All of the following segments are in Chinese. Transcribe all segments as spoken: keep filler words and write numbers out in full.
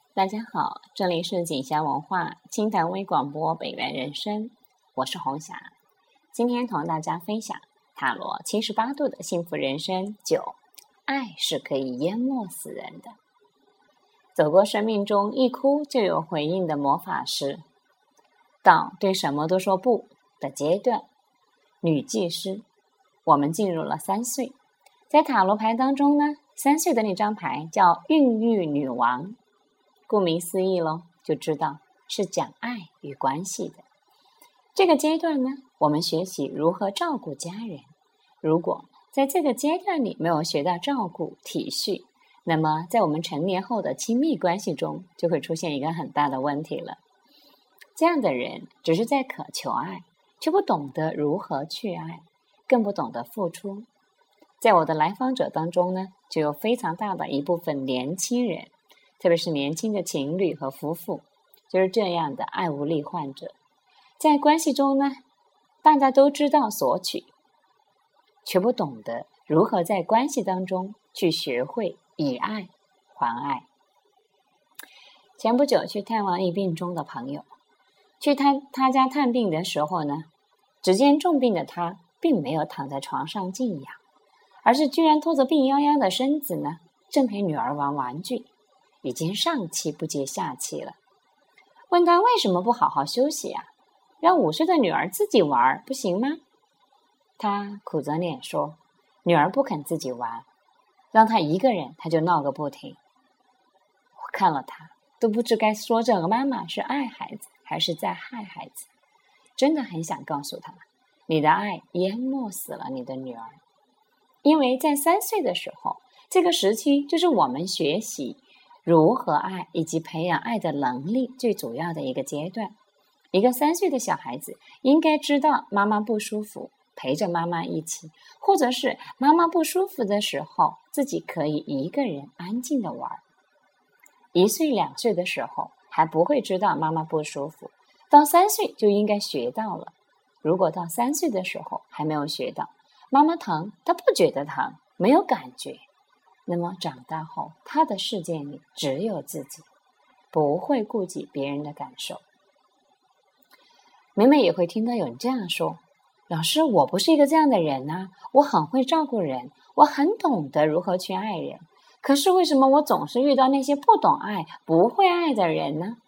大家好，这里是锦霞文化清谈微广播北元人生，我是红霞。今天同大家分享塔罗七十八度的幸福人生九，爱是可以淹没死人的。走过生命中一哭就有回应的魔法师，到对什么都说不的阶段，女技师，我们进入了三岁。在塔罗牌当中呢，三岁的那张牌叫孕育女王，顾名思义咯，就知道是讲爱与关系的。这个阶段呢，我们学习如何照顾家人。如果在这个阶段里没有学到照顾、体恤，那么在我们成年后的亲密关系中，就会出现一个很大的问题了。这样的人只是在渴求爱，却不懂得如何去爱，更不懂得付出。在我的来访者当中呢，就有非常大的一部分年轻人，特别是年轻的情侣和夫妇，就是这样的爱无力患者。在关系中呢，大家都知道索取，却不懂得如何在关系当中去学会以爱还爱。前不久去探望一病中的朋友，去他他家探病的时候呢，只见重病的他并没有躺在床上静养，而是居然拖着病殃殃的身子呢，正陪女儿玩玩具，已经上气不接下气了。问他为什么不好好休息啊？让五岁的女儿自己玩不行吗？他苦着脸说，女儿不肯自己玩，让他一个人他就闹个不停。我看了他都不知该说这个妈妈是爱孩子还是在害孩子，真的很想告诉他，你的爱淹没死了你的女儿。因为在三岁的时候，这个时期就是我们学习如何爱以及培养爱的能力最主要的一个阶段。一个三岁的小孩子应该知道妈妈不舒服，陪着妈妈一起，或者是妈妈不舒服的时候，自己可以一个人安静的玩。一岁两岁的时候还不会知道妈妈不舒服，到三岁就应该学到了。如果到三岁的时候还没有学到，妈妈疼他不觉得疼，没有感觉，那么长大后他的世界里只有自己，不会顾及别人的感受。每每也会听到有人这样说，老师，我不是一个这样的人啊，我很会照顾人，我很懂得如何去爱人，可是为什么我总是遇到那些不懂爱、不会爱的人呢？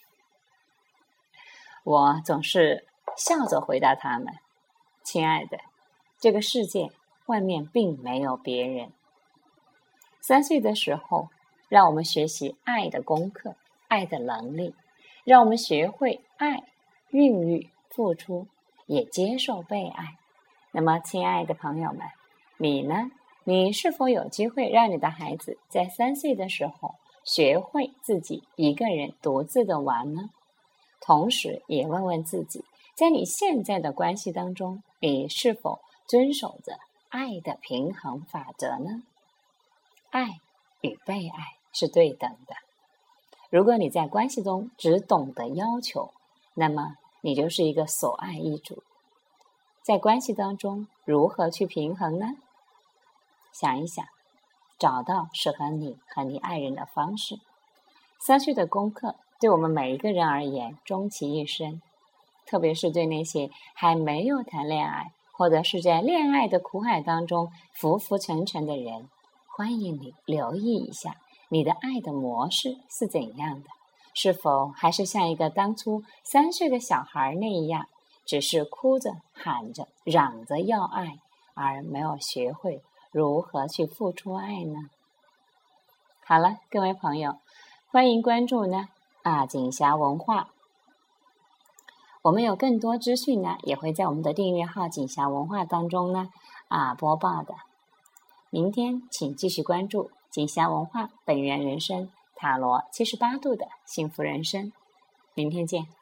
我总是笑着回答他们，亲爱的，这个世界外面并没有别人。三岁的时候，让我们学习爱的功课，爱的能力，让我们学会爱、孕育、付出，也接受被爱。那么亲爱的朋友们，你呢？你是否有机会让你的孩子在三岁的时候学会自己一个人独自的玩呢？同时也问问自己，在你现在的关系当中，你是否遵守着爱的平衡法则呢？爱与被爱是对等的。如果你在关系中只懂得要求，那么你就是一个所爱一主。在关系当中如何去平衡呢？想一想，找到适合你和你爱人的方式。三岁的功课对我们每一个人而言终其一生，特别是对那些还没有谈恋爱或者是在恋爱的苦海当中浮浮沉沉的人，欢迎你留意一下你的爱的模式是怎样的，是否还是像一个当初三岁的小孩那样，只是哭着喊着嚷着要爱，而没有学会如何去付出爱呢？好了，各位朋友，欢迎关注呢啊锦霞文化，我们有更多资讯呢，也会在我们的订阅号锦霞文化当中呢啊播报的。明天请继续关注锦霞文化本源人生塔罗七十八度的幸福人生，明天见。